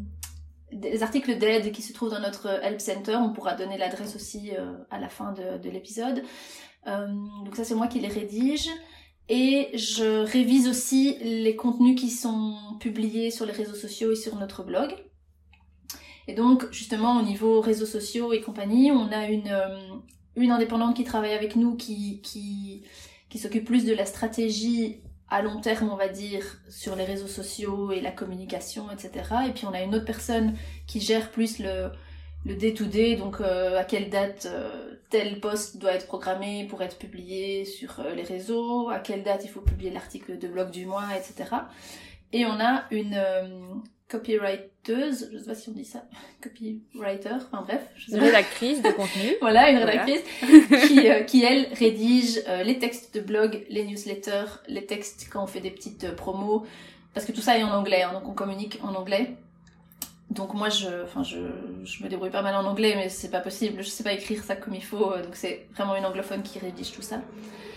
d'aide qui se trouvent dans notre Help Center. On pourra donner l'adresse aussi à la fin de l'épisode. Donc ça, c'est moi qui les rédige. Et je révise aussi les contenus qui sont publiés sur les réseaux sociaux et sur notre blog. Et donc, justement, au niveau réseaux sociaux et compagnie, on a une indépendante qui travaille avec nous qui s'occupe plus de la stratégie à long terme, on va dire, sur les réseaux sociaux et la communication, etc. Et puis on a une autre personne qui gère plus le day-to-day, donc à quelle date tel post doit être programmé pour être publié sur les réseaux, à quelle date il faut publier l'article de blog du mois, etc. Et on a une copywriteuse, je sais pas si on dit ça, copywriter, enfin bref. Une rédactrice de contenu. Voilà, une rédactrice qui elle rédige les textes de blog, les newsletters, les textes quand on fait des petites promos, parce que tout ça est en anglais, hein, donc on communique en anglais. Donc moi je me débrouille pas mal en anglais, mais c'est pas possible, je sais pas écrire ça comme il faut, donc c'est vraiment une anglophone qui rédige tout ça.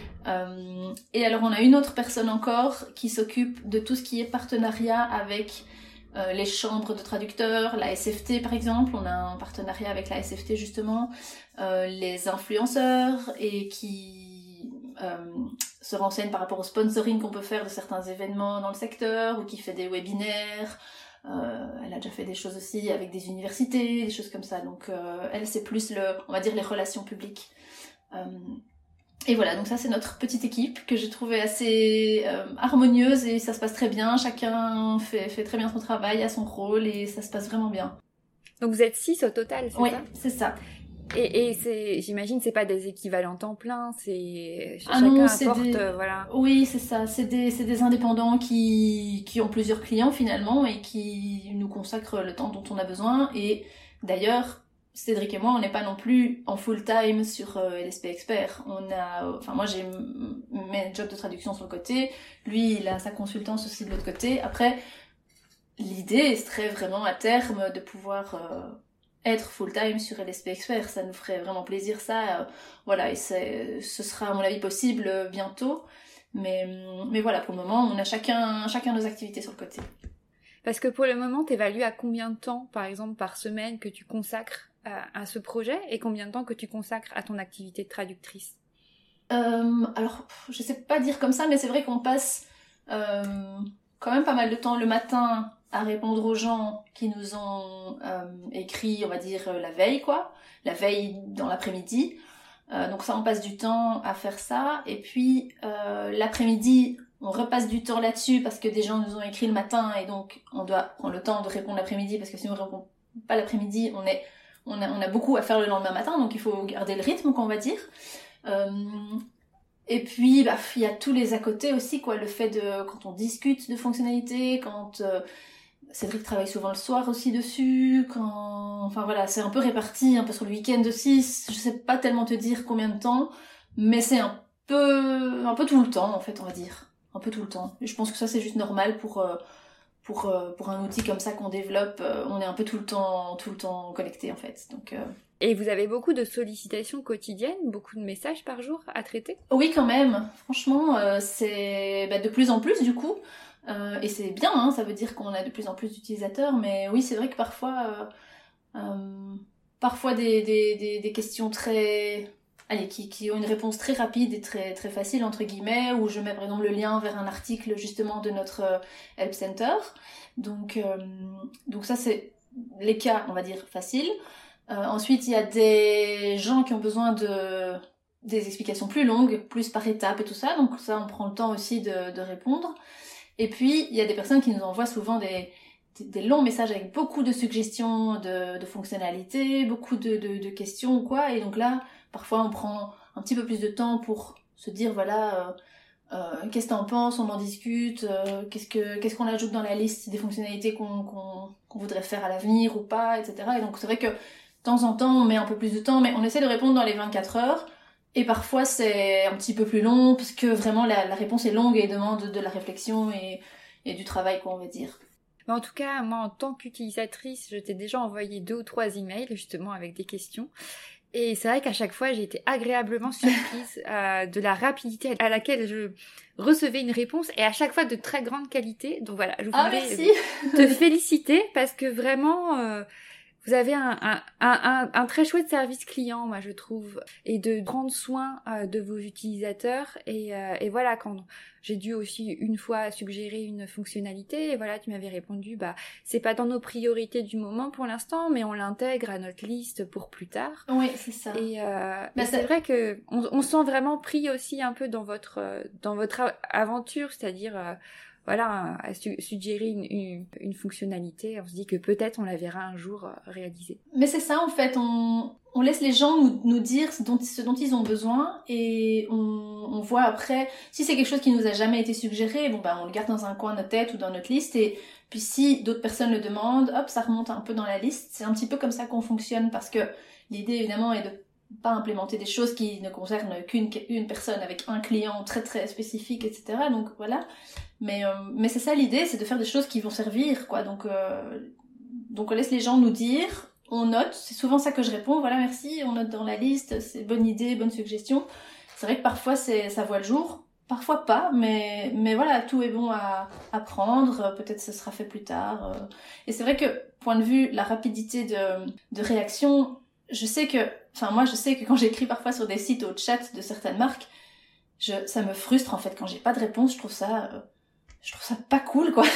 Et alors on a une autre personne encore qui s'occupe de tout ce qui est partenariat avec les chambres de traducteurs, la SFT par exemple, on a un partenariat avec la SFT justement, les influenceurs, et qui se renseigne par rapport au sponsoring qu'on peut faire de certains événements dans le secteur, ou qui fait des webinaires. Elle a déjà fait des choses aussi avec des universités, des choses comme ça. Donc elle, c'est plus on va dire les relations publiques. Et voilà, donc ça c'est notre petite équipe que j'ai trouvée assez harmonieuse, et ça se passe très bien. Chacun fait très bien son travail, a son rôle, et ça se passe vraiment bien. Donc vous êtes 6 au total, c'est ça? Oui, c'est ça. Et j'imagine c'est pas des équivalents temps plein, c'est chacun non, apporte, voilà. Oui, c'est ça, c'est des indépendants qui ont plusieurs clients finalement, et qui nous consacrent le temps dont on a besoin. Et d'ailleurs, Cédric et moi, on n'est pas non plus en full time sur LSP Expert. Moi j'ai mes jobs de traduction sur le côté, lui il a sa consultance aussi de l'autre côté. Après, l'idée serait vraiment à terme de pouvoir être full-time sur LSP Expert, ça nous ferait vraiment plaisir, ça. Voilà, et ce sera à mon avis possible bientôt. Mais voilà, pour le moment, on a chacun nos activités sur le côté. Parce que pour le moment, t'évalues à combien de temps, par exemple, par semaine que tu consacres à ce projet et combien de temps que tu consacres à ton activité de traductrice? Alors, je sais pas dire comme ça, mais c'est vrai qu'on passe quand même pas mal de temps le matin à répondre aux gens qui nous ont écrit, on va dire, la veille, quoi. La veille dans l'après-midi. Donc ça, on passe du temps à faire ça. Et puis, l'après-midi, on repasse du temps là-dessus parce que des gens nous ont écrit le matin et donc on doit prendre le temps de répondre l'après-midi parce que si on répond pas l'après-midi, on a beaucoup à faire le lendemain matin, donc il faut garder le rythme, qu'on va dire. Et puis, il y a tous les à côté aussi, quoi. Le fait de, quand on discute de fonctionnalités, quand Cédric travaille souvent le soir aussi dessus, enfin voilà, c'est un peu réparti, un peu sur le week-end aussi. Je sais pas tellement te dire combien de temps, mais c'est un peu tout le temps, en fait, on va dire. Un peu tout le temps. Et je pense que ça, c'est juste normal pour un outil comme ça qu'on développe. On est un peu tout le temps connecté, en fait. Donc, Et vous avez beaucoup de sollicitations quotidiennes, beaucoup de messages par jour à traiter? Oui, quand même. Franchement, c'est de plus en plus, du coup. Et c'est bien, hein, ça veut dire qu'on a de plus en plus d'utilisateurs. Mais oui, c'est vrai que parfois des questions très... Allez, qui ont une réponse très rapide et très, très facile, entre guillemets, où je mets par exemple le lien vers un article justement de notre Help Center. Donc ça, c'est les cas, on va dire, faciles. Ensuite, il y a des gens qui ont besoin des explications plus longues, plus par étapes et tout ça. Donc ça, on prend le temps aussi de répondre. Et puis, il y a des personnes qui nous envoient souvent des longs messages avec beaucoup de suggestions de fonctionnalités, beaucoup de questions ou quoi. Et donc là, parfois, on prend un petit peu plus de temps pour se dire, voilà, qu'est-ce que t'en penses, on en discute, qu'est-ce qu'on ajoute dans la liste des fonctionnalités qu'on voudrait faire à l'avenir ou pas, etc. Et donc, c'est vrai que de temps en temps, on met un peu plus de temps, mais on essaie de répondre dans les 24 heures. Et parfois, c'est un petit peu plus long, parce que vraiment, la réponse est longue et demande de la réflexion et du travail, quoi, on va dire. Mais en tout cas, moi, en tant qu'utilisatrice, je t'ai déjà envoyé 2 ou 3 emails, justement, avec des questions. Et c'est vrai qu'à chaque fois, j'ai été agréablement surprise de la rapidité à laquelle je recevais une réponse, et à chaque fois de très grande qualité. Donc voilà, je voudrais te féliciter, parce que vraiment... vous avez un très chouette service client, moi je trouve, et de prendre soin de vos utilisateurs. Et voilà, quand j'ai dû aussi une fois suggérer une fonctionnalité, et voilà, tu m'avais répondu, c'est pas dans nos priorités du moment pour l'instant, mais on l'intègre à notre liste pour plus tard. Oui, c'est ça. Et c'est vrai que on sent vraiment pris aussi un peu dans votre aventure, c'est-à-dire... voilà, à suggérer une fonctionnalité, on se dit que peut-être on la verra un jour réalisée. Mais c'est ça, en fait, on laisse les gens nous dire ce dont ils ont besoin, et on voit après, si c'est quelque chose qui nous a jamais été suggéré, on le garde dans un coin de notre tête ou dans notre liste, et puis si d'autres personnes le demandent, hop, ça remonte un peu dans la liste. C'est un petit peu comme ça qu'on fonctionne, parce que l'idée, évidemment, est de pas implémenter des choses qui ne concernent qu'une personne avec un client très très spécifique, etc. Donc voilà. Mais c'est ça l'idée, c'est de faire des choses qui vont servir, quoi. Donc on laisse les gens nous dire, on note. C'est souvent ça que je réponds. Voilà, merci, on note dans la liste. C'est bonne idée, bonne suggestion. C'est vrai que parfois ça voit le jour, parfois pas. Mais voilà, tout est bon à prendre. Peut-être ce sera fait plus tard. Et c'est vrai que point de vue la rapidité de réaction. Je sais que quand j'écris parfois sur des sites au chat de certaines marques, ça me frustre en fait quand j'ai pas de réponse. Je trouve ça pas cool, quoi.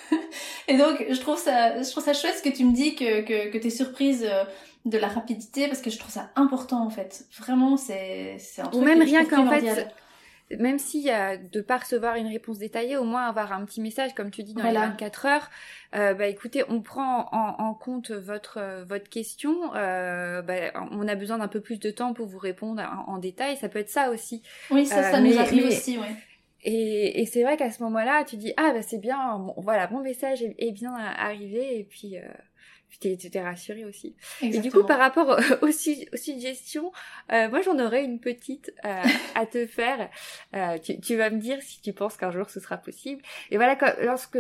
Et donc je trouve ça chouette ce que tu me dis, que t'es surprise de la rapidité, parce que je trouve ça important en fait. Vraiment, c'est un truc. Ou même rien qu'en fait, même si de pas recevoir une réponse détaillée, au moins avoir un petit message, comme tu dis, dans les 24 heures. Écoutez, on prend en compte votre question. On a besoin d'un peu plus de temps pour vous répondre en détail. Ça peut être ça aussi. Oui, ça nous arrive aussi, oui. Et c'est vrai qu'à ce moment-là, tu dis c'est bien. Bon, voilà, mon message est bien arrivé, et puis tu t'es rassurée aussi. Exactement. Et du coup, par rapport aux suggestions, moi j'en aurais une petite à te faire. Tu vas me dire si tu penses qu'un jour ce sera possible. Et voilà, lorsque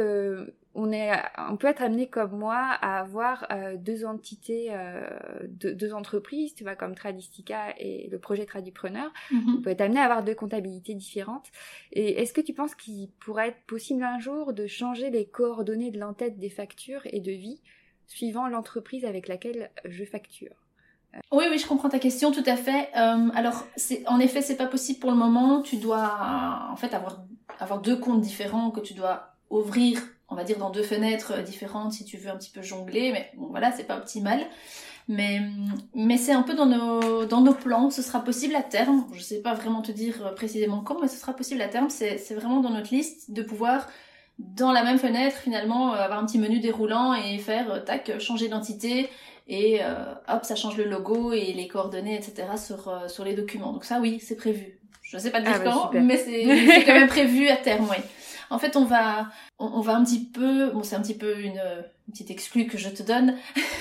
on peut être amené comme moi à avoir deux entités, deux entreprises, tu vois, comme Tradistica et le projet Tradupreneur. On peut être amené à avoir deux comptabilités différentes. Et est-ce que tu penses qu'il pourrait être possible un jour de changer les coordonnées de l'entête des factures et de vie suivant l'entreprise avec laquelle je facture? Oui, je comprends ta question, tout à fait. Alors, en effet, c'est pas possible pour le moment. Tu dois, en fait, avoir deux comptes différents que tu dois ouvrir, on va dire, dans deux fenêtres différentes si tu veux un petit peu jongler. Mais bon, voilà, c'est pas optimal. Mais c'est un peu dans nos plans. Ce sera possible à terme. Je sais pas vraiment te dire précisément quand, mais ce sera possible à terme. C'est vraiment dans notre liste de pouvoir, dans la même fenêtre, finalement, avoir un petit menu déroulant et faire, tac, changer d'entité. Et hop, ça change le logo et les coordonnées, etc. sur les documents. Donc ça, oui, c'est prévu. Je sais pas te dire quand, super. mais c'est quand même prévu à terme, oui. En fait, on va un petit peu... Bon, c'est un petit peu une petite exclue que je te donne.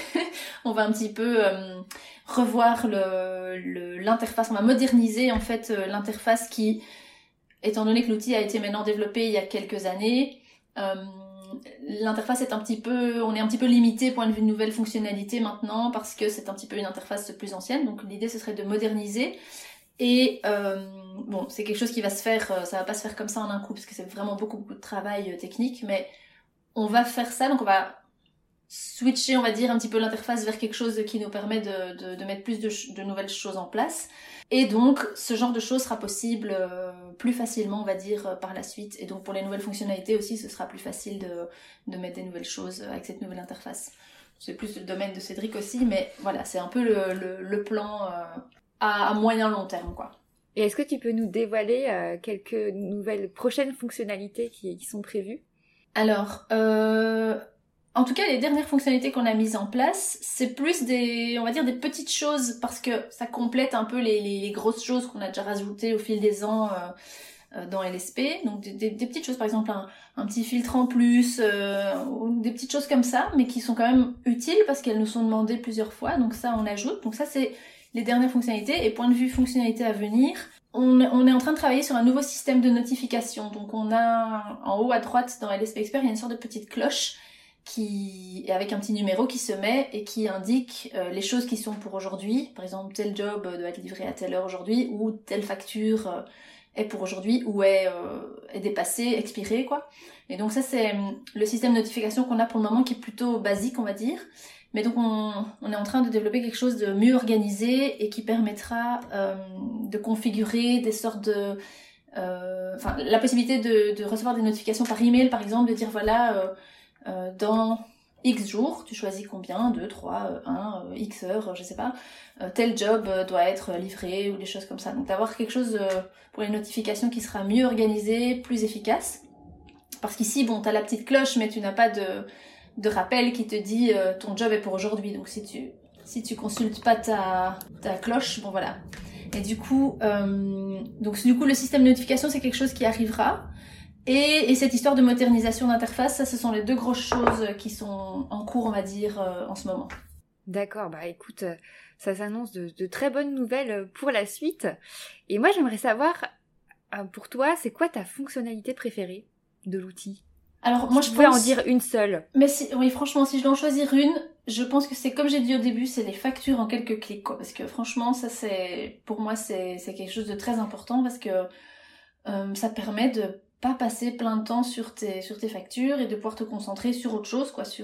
On va un petit peu revoir l'interface. On va moderniser, en fait, l'interface qui, étant donné que l'outil a été maintenant développé il y a quelques années... l'interface est on est un petit peu limité point de vue de nouvelles fonctionnalités maintenant parce que c'est un petit peu une interface plus ancienne, donc l'idée ce serait de moderniser et bon, c'est quelque chose qui va se faire, ça va pas se faire comme ça en un coup parce que c'est vraiment beaucoup de travail technique, mais on va faire ça, donc on va switcher, on va dire, un petit peu l'interface vers quelque chose qui nous permet de mettre plus de nouvelles choses en place. Et donc, ce genre de choses sera possible plus facilement, on va dire, par la suite. Et donc, pour les nouvelles fonctionnalités aussi, ce sera plus facile de mettre des nouvelles choses avec cette nouvelle interface. C'est plus le domaine de Cédric aussi, mais voilà, c'est un peu le plan à moyen-long terme, quoi. Et est-ce que tu peux nous dévoiler quelques nouvelles prochaines fonctionnalités qui sont prévues? Alors, en tout cas, les dernières fonctionnalités qu'on a mises en place, c'est plus on va dire des petites choses parce que ça complète un peu les grosses choses qu'on a déjà rajoutées au fil des ans dans LSP. Donc des petites choses, par exemple un petit filtre en plus, ou des petites choses comme ça, mais qui sont quand même utiles parce qu'elles nous sont demandées plusieurs fois. Donc ça, on ajoute. Donc ça, c'est les dernières fonctionnalités. Et point de vue fonctionnalité à venir, on est en train de travailler sur un nouveau système de notification. Donc on a en haut à droite dans LSP Expert, il y a une sorte de petite cloche avec un petit numéro qui se met et qui indique les choses qui sont pour aujourd'hui. Par exemple, tel job doit être livré à telle heure aujourd'hui, ou telle facture est pour aujourd'hui, ou est dépassée, expirée, quoi. Et donc ça, c'est le système de notification qu'on a pour le moment qui est plutôt basique, on va dire. Mais donc on est en train de développer quelque chose de mieux organisé et qui permettra de configurer des sortes de... la possibilité de recevoir des notifications par email, par exemple, de dire voilà... dans X jours, tu choisis combien, 2, 3, 1, X heures, je sais pas, tel job doit être livré ou des choses comme ça. Donc d'avoir quelque chose pour les notifications qui sera mieux organisé, plus efficace. Parce qu'ici, bon, t'as la petite cloche, mais tu n'as pas de rappel qui te dit ton job est pour aujourd'hui. Donc si tu consultes pas ta cloche, bon voilà. Et du coup, le système de notification, c'est quelque chose qui arrivera. Et cette histoire de modernisation d'interface, ça, ce sont les deux grosses choses qui sont en cours, on va dire, en ce moment. D'accord, bah écoute, ça s'annonce de très bonnes nouvelles pour la suite. Et moi, j'aimerais savoir, pour toi, c'est quoi ta fonctionnalité préférée de l'outil? Alors, moi, je pourrais en dire une seule. Mais oui, franchement, si je dois en choisir une, je pense que c'est comme j'ai dit au début, c'est les factures en quelques clics, quoi. Parce que franchement, ça, pour moi, c'est quelque chose de très important parce que ça permet de pas passer plein de temps sur tes factures et de pouvoir te concentrer sur autre chose, quoi,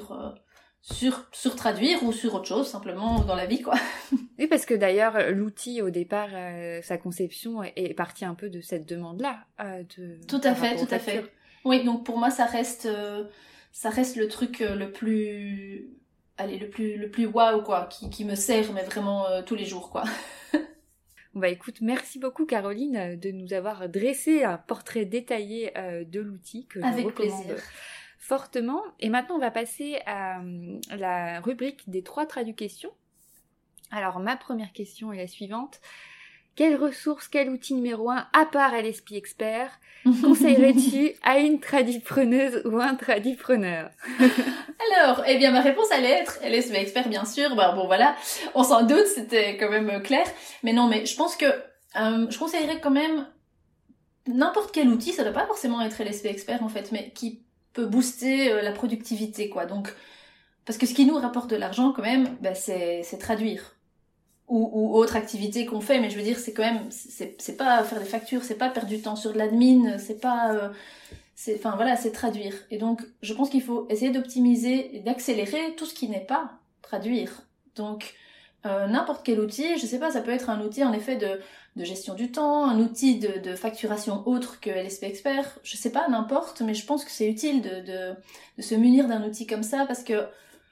sur traduire ou sur autre chose, simplement dans la vie, quoi. Oui, parce que d'ailleurs, l'outil, au départ, sa conception est partie un peu de cette demande-là. Tout à fait. Oui, donc pour moi, ça reste le truc le plus waouh, quoi, qui me sert, mais vraiment tous les jours, quoi. Bah écoute, merci beaucoup Caroline de nous avoir dressé un portrait détaillé de l'outil que je recommande fortement. Et maintenant, on va passer à la rubrique des 3 traductions. Alors, ma première question est la suivante. quelle ressource, quel outil numéro 1, à part LSP Expert, conseillerais-tu à une tradupreneuse ou un tradupreneur? Alors, eh bien ma réponse allait être LSP Expert bien sûr, bon voilà, on s'en doute, c'était quand même clair, mais non, mais je pense que je conseillerais quand même n'importe quel outil, ça doit pas forcément être LSP Expert en fait, mais qui peut booster la productivité quoi, donc, parce que ce qui nous rapporte de l'argent quand même, c'est traduire. Ou autre activité qu'on fait, mais je veux dire, c'est quand même, c'est pas faire des factures, c'est pas perdre du temps sur de l'admin, c'est pas, enfin voilà, c'est traduire. Et donc, je pense qu'il faut essayer d'optimiser et d'accélérer tout ce qui n'est pas traduire. Donc, n'importe quel outil, je sais pas, ça peut être un outil en effet de gestion du temps, un outil de facturation autre que LSP Expert, je sais pas, n'importe, mais je pense que c'est utile de se munir d'un outil comme ça, parce que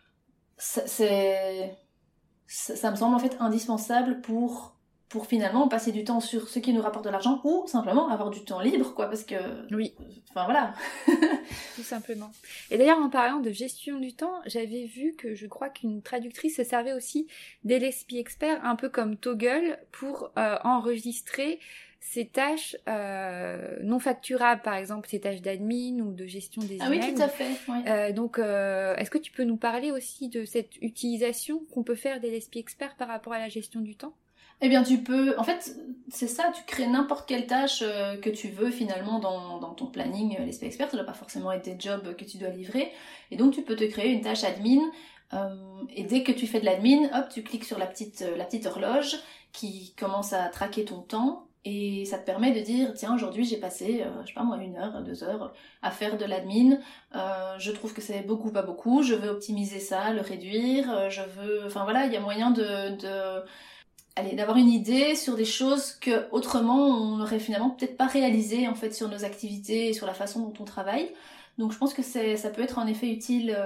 ça me semble en fait indispensable pour finalement passer du temps sur ce qui nous rapporte de l'argent ou simplement avoir du temps libre quoi, parce que oui, enfin voilà. Tout simplement. Et d'ailleurs, en parlant de gestion du temps, j'avais vu que je crois qu'une traductrice se servait aussi d'LSP Expert, un peu comme Toggle, pour enregistrer ses tâches non facturables, par exemple ses tâches d'admin ou de gestion des emails. Ah oui, tout à fait. Oui. Donc, est-ce que tu peux nous parler aussi de cette utilisation qu'on peut faire d'LSP Expert par rapport à la gestion du temps ? Eh bien, tu peux... En fait, c'est ça, tu crées n'importe quelle tâche que tu veux finalement dans ton planning LSP Expert. Ça ne doit pas forcément être des jobs que tu dois livrer. Et donc, tu peux te créer une tâche admin. Et dès que tu fais de l'admin, hop, tu cliques sur la petite horloge qui commence à traquer ton temps. Et ça te permet de dire, tiens, aujourd'hui j'ai passé, je sais pas moi, 1 heure, 2 heures à faire de l'admin. Je trouve que c'est beaucoup, pas beaucoup. Je veux optimiser ça, le réduire. Je veux... Enfin voilà, il y a moyen d'avoir une idée sur des choses que autrement on n'aurait finalement peut-être pas réalisées en fait sur nos activités et sur la façon dont on travaille. Donc je pense que ça peut être en effet utile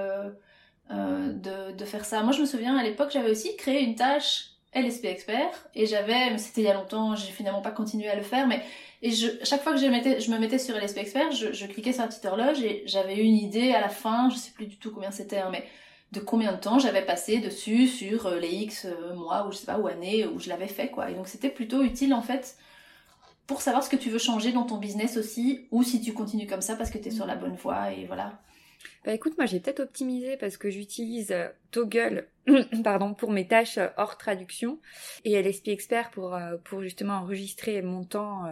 de faire ça. Moi je me souviens à l'époque j'avais aussi créé une tâche LSP Expert et mais c'était il y a longtemps, j'ai finalement pas continué à le faire, mais chaque fois que je me mettais sur LSP Expert, je cliquais sur la petite horloge et j'avais eu une idée à la fin, je sais plus du tout combien c'était, hein, mais de combien de temps j'avais passé dessus sur les X mois ou je sais pas, ou années où je l'avais fait quoi. Et donc c'était plutôt utile en fait pour savoir ce que tu veux changer dans ton business aussi, ou si tu continues comme ça parce que t'es sur la bonne voie et voilà. Bah écoute, moi j'ai peut-être optimisé parce que j'utilise Toggle pardon, pour mes tâches hors traduction et LSP Expert pour justement enregistrer mon temps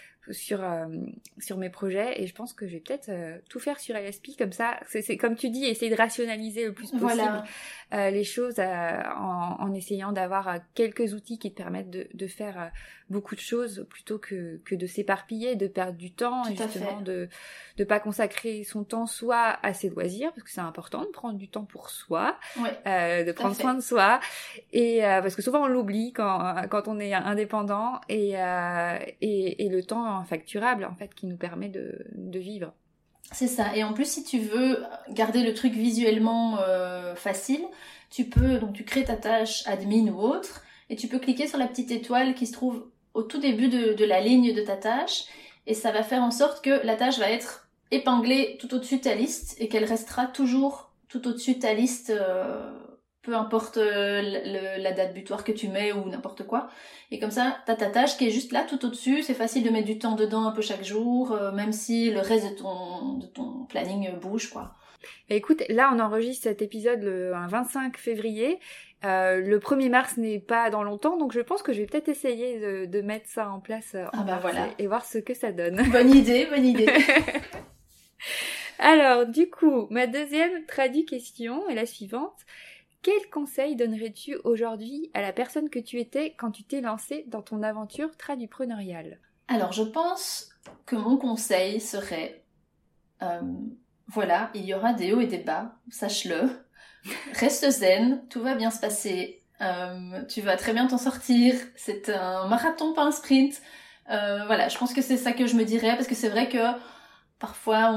sur mes projets, et je pense que je vais peut-être tout faire sur LSP comme ça. C'est comme tu dis, essayer de rationaliser le plus possible Voilà. Les choses en essayant d'avoir quelques outils qui te permettent de faire beaucoup de choses plutôt que de s'éparpiller, de perdre du temps, et justement de pas consacrer son temps soit à ses loisirs, parce que c'est important de prendre du temps pour soi, de prendre soin de soi, et parce que souvent on l'oublie quand on est indépendant, et le temps facturable en fait qui nous permet de vivre. C'est ça. Et en plus, si tu veux garder le truc visuellement facile, tu crées ta tâche admin ou autre, et tu peux cliquer sur la petite étoile qui se trouve au tout début de la ligne de ta tâche, et ça va faire en sorte que la tâche va être épinglée tout au-dessus de ta liste, et qu'elle restera toujours tout au-dessus de ta liste, peu importe la date butoir que tu mets ou n'importe quoi. Et comme ça, t'as ta tâche qui est juste là tout au-dessus, c'est facile de mettre du temps dedans un peu chaque jour, même si le reste de ton planning bouge, quoi. Et écoute, là on enregistre cet épisode un 25 février, le 1er mars n'est pas dans longtemps, donc je pense que je vais peut-être essayer de mettre ça en place voilà. et voir ce que ça donne. Bonne idée. Alors, du coup, ma deuxième question est la suivante. Quel conseil donnerais-tu aujourd'hui à la personne que tu étais quand tu t'es lancée dans ton aventure tradupreneuriale ? Alors, je pense que mon conseil serait... voilà, il y aura des hauts et des bas, sache-le. Reste zen, tout va bien se passer. Tu vas très bien t'en sortir. C'est un marathon, pas un sprint. Voilà, je pense que c'est ça que je me dirais, parce que c'est vrai que parfois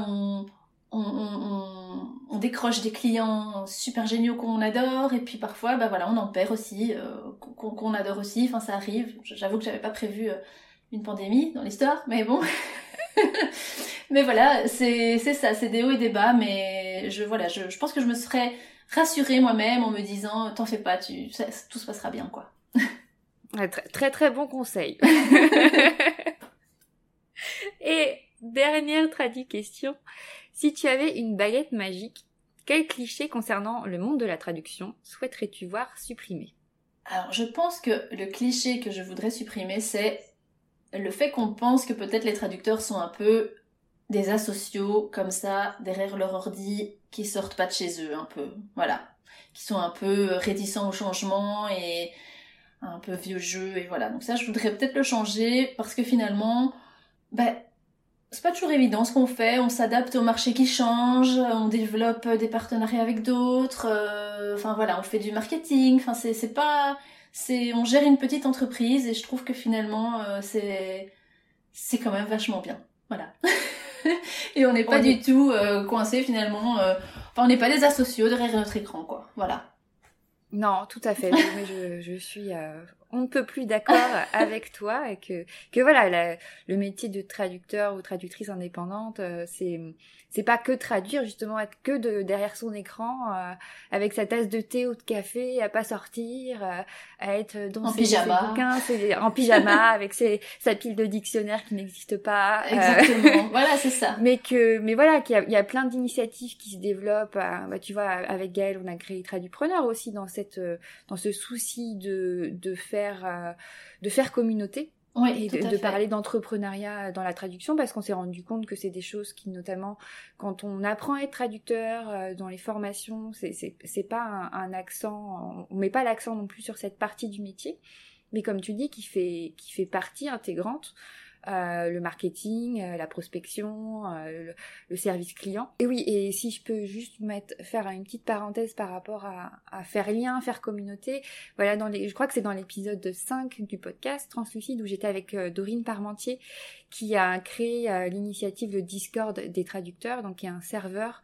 on décroche des clients super géniaux qu'on adore, et puis parfois voilà, on en perd aussi, qu'on adore aussi, enfin ça arrive. J'avoue que j'avais pas prévu une pandémie dans l'histoire, mais bon. Mais voilà, c'est ça, c'est des hauts et des bas, mais je pense que je me serais rassurée moi-même en me disant t'en fais pas, tout se passera bien quoi. Très très, très bon conseil. Et dernière question. Si tu avais une baguette magique, quel cliché concernant le monde de la traduction souhaiterais-tu voir supprimé ? Alors, je pense que le cliché que je voudrais supprimer, c'est le fait qu'on pense que peut-être les traducteurs sont un peu des asociaux, comme ça, derrière leur ordi, qui sortent pas de chez eux, un peu. Voilà. Qui sont un peu réticents au changement et un peu vieux jeu, et voilà. Donc ça, je voudrais peut-être le changer, parce que finalement, c'est pas toujours évident ce qu'on fait, on s'adapte au marché qui change, on développe des partenariats avec d'autres, enfin voilà, on fait du marketing, enfin on gère une petite entreprise et je trouve que finalement c'est quand même vachement bien, voilà. Et on n'est pas du tout coincé finalement, enfin on n'est pas des asociaux derrière notre écran quoi, voilà. Non, tout à fait, mais je suis on ne peut plus d'accord avec toi et que voilà, le métier de traducteur ou traductrice indépendante, c'est pas que traduire, justement, être que derrière son écran, avec sa tasse de thé ou de café, à pas sortir, à être dans ses bouquins, en pyjama, avec sa pile de dictionnaire qui n'existe pas. Exactement, voilà, c'est ça. Mais voilà, qu'il y a plein d'initiatives qui se développent. Tu vois, avec Gaëlle, on a créé Tradupreneur aussi dans ce souci de faire communauté. Oui, et de parler d'entrepreneuriat dans la traduction, parce qu'on s'est rendu compte que c'est des choses qui, notamment quand on apprend à être traducteur dans les formations, c'est pas un accent, on met pas l'accent non plus sur cette partie du métier, mais comme tu dis, qui fait partie intégrante. Le marketing, la prospection, le service client. Et oui, et si je peux juste faire une petite parenthèse par rapport à faire lien, faire communauté, voilà, je crois que c'est dans l'épisode 5 du podcast Translucide où j'étais avec Dorine Parmentier qui a créé l'initiative le Discord des traducteurs, donc qui est un serveur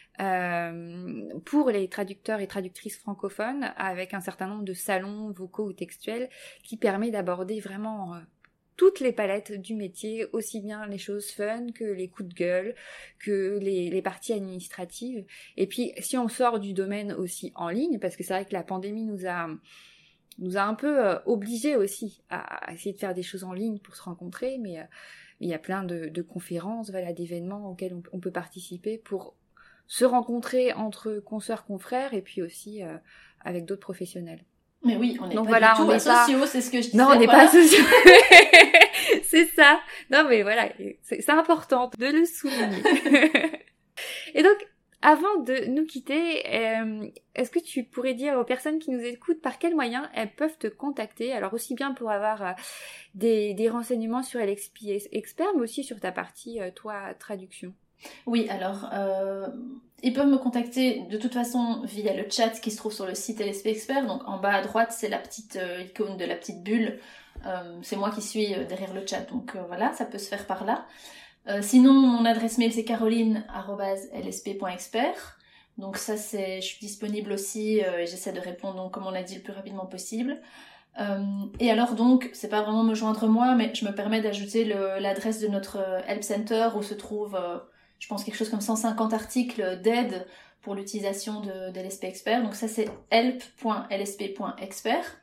pour les traducteurs et traductrices francophones avec un certain nombre de salons vocaux ou textuels qui permet d'aborder vraiment toutes les palettes du métier, aussi bien les choses fun que les coups de gueule, que les parties administratives. Et puis, si on sort du domaine aussi en ligne, parce que c'est vrai que la pandémie nous a un peu obligés aussi à essayer de faire des choses en ligne pour se rencontrer, mais il y a plein de conférences, voilà, d'événements auxquels on peut participer pour se rencontrer entre consoeurs, confrères, et puis aussi avec d'autres professionnels. Mais oui, on n'est pas du tout asociaux, c'est ce que je disais. Non, on n'est pas asociaux. C'est ça. Non, mais voilà, c'est important de le souligner. Et donc, avant de nous quitter, est-ce que tu pourrais dire aux personnes qui nous écoutent par quels moyens elles peuvent te contacter? Alors, aussi bien pour avoir des renseignements sur LSP Expert, mais aussi sur ta partie, toi, traduction. Oui, alors, ils peuvent me contacter de toute façon via le chat qui se trouve sur le site LSP Expert. Donc en bas à droite, c'est la petite icône de la petite bulle. C'est moi qui suis derrière le chat, donc voilà, ça peut se faire par là. Sinon, mon adresse mail c'est caroline@lsp.expert. Donc ça, je suis disponible aussi et j'essaie de répondre, donc, comme on l'a dit, le plus rapidement possible. Et alors donc, c'est pas vraiment me joindre moi, mais je me permets d'ajouter l'adresse de notre Help Center où se trouve... je pense quelque chose comme 150 articles d'aide pour l'utilisation de LSP Expert. Donc ça, c'est help.lsp.expert.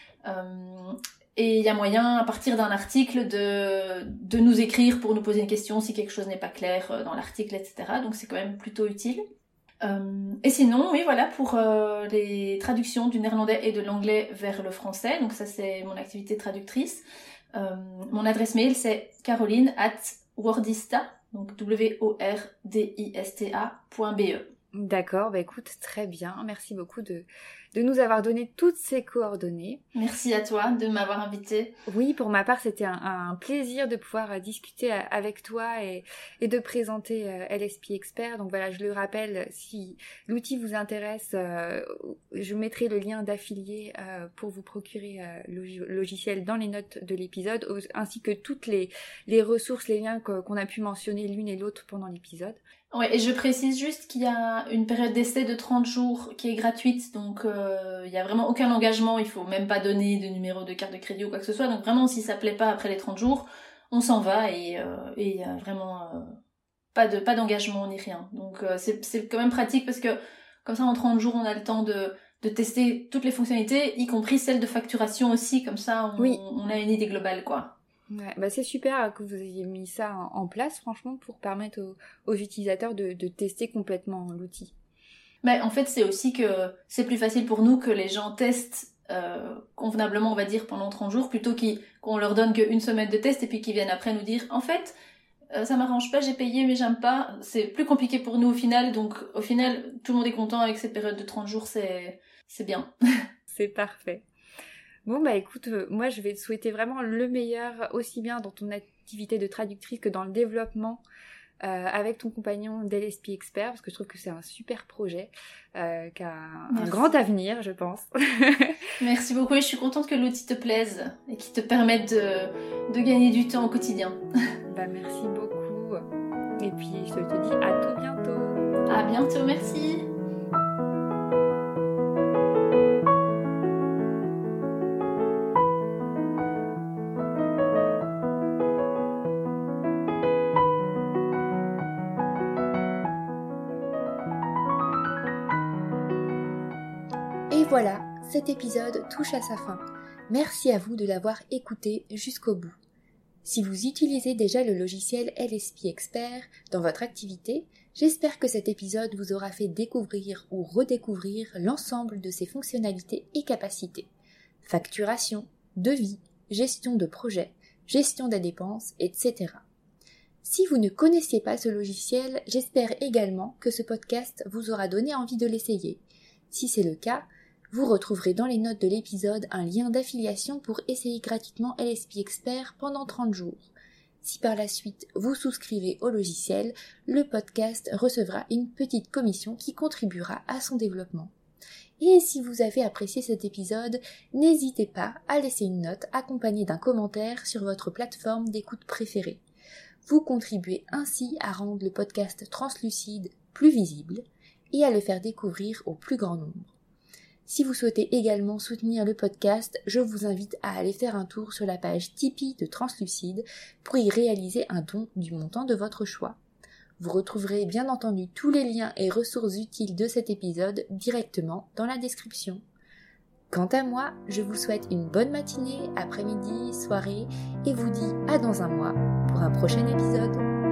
Et il y a moyen, à partir d'un article, de nous écrire pour nous poser une question si quelque chose n'est pas clair dans l'article, etc. Donc c'est quand même plutôt utile. Et sinon, oui, voilà, pour les traductions du néerlandais et de l'anglais vers le français. Donc ça, c'est mon activité de traductrice. Mon adresse mail, c'est caroline@wordista. Donc wordista.be. D'accord, écoute, très bien. Merci beaucoup de nous avoir donné toutes ces coordonnées. Merci à toi de m'avoir invitée. Oui, pour ma part, c'était un plaisir de pouvoir discuter avec toi et de présenter LSP Expert. Donc voilà, je le rappelle, si l'outil vous intéresse, je mettrai le lien d'affilié pour vous procurer le logiciel dans les notes de l'épisode, ainsi que toutes les ressources, les liens qu'on a pu mentionner l'une et l'autre pendant l'épisode. Ouais, et je précise juste qu'il y a une période d'essai de 30 jours qui est gratuite, donc il y a vraiment aucun engagement, il faut même pas donner de numéro de carte de crédit ou quoi que ce soit, donc vraiment si ça plaît pas après les 30 jours, on s'en va et il y a vraiment pas d'engagement ni rien. Donc c'est quand même pratique parce que comme ça en 30 jours on a le temps de de tester toutes les fonctionnalités, y compris celles de facturation aussi, comme ça on a une idée globale, quoi. Ouais, bah c'est super que vous ayez mis ça en place, franchement, pour permettre aux utilisateurs de tester complètement l'outil. Mais en fait, c'est aussi que c'est plus facile pour nous que les gens testent convenablement, on va dire, pendant 30 jours, plutôt qu'on leur donne qu'une semaine de test et puis qu'ils viennent après nous dire « En fait, ça m'arrange pas, j'ai payé mais j'aime pas ». C'est plus compliqué pour nous au final, donc au final, tout le monde est content avec cette période de 30 jours, c'est bien. C'est parfait. Bon bah écoute, moi je vais te souhaiter vraiment le meilleur, aussi bien dans ton activité de traductrice que dans le développement avec ton compagnon d'LSP Expert, parce que je trouve que c'est un super projet qui a un grand avenir, je pense. Merci beaucoup et je suis contente que l'outil te plaise et qu'il te permette de gagner du temps au quotidien. Bah merci beaucoup et puis je te dis à tout bientôt. À bientôt, merci. Et voilà, cet épisode touche à sa fin. Merci à vous de l'avoir écouté jusqu'au bout. Si vous utilisez déjà le logiciel LSP Expert dans votre activité, j'espère que cet épisode vous aura fait découvrir ou redécouvrir l'ensemble de ses fonctionnalités et capacités. Facturation, devis, gestion de projet, gestion des dépenses, etc. Si vous ne connaissiez pas ce logiciel, j'espère également que ce podcast vous aura donné envie de l'essayer. Si c'est le cas, vous retrouverez dans les notes de l'épisode un lien d'affiliation pour essayer gratuitement LSP Expert pendant 30 jours. Si par la suite vous souscrivez au logiciel, le podcast recevra une petite commission qui contribuera à son développement. Et si vous avez apprécié cet épisode, n'hésitez pas à laisser une note accompagnée d'un commentaire sur votre plateforme d'écoute préférée. Vous contribuez ainsi à rendre le podcast translucide plus visible et à le faire découvrir au plus grand nombre. Si vous souhaitez également soutenir le podcast, je vous invite à aller faire un tour sur la page Tipeee de Translucide pour y réaliser un don du montant de votre choix. Vous retrouverez bien entendu tous les liens et ressources utiles de cet épisode directement dans la description. Quant à moi, je vous souhaite une bonne matinée, après-midi, soirée et vous dis à dans un mois pour un prochain épisode.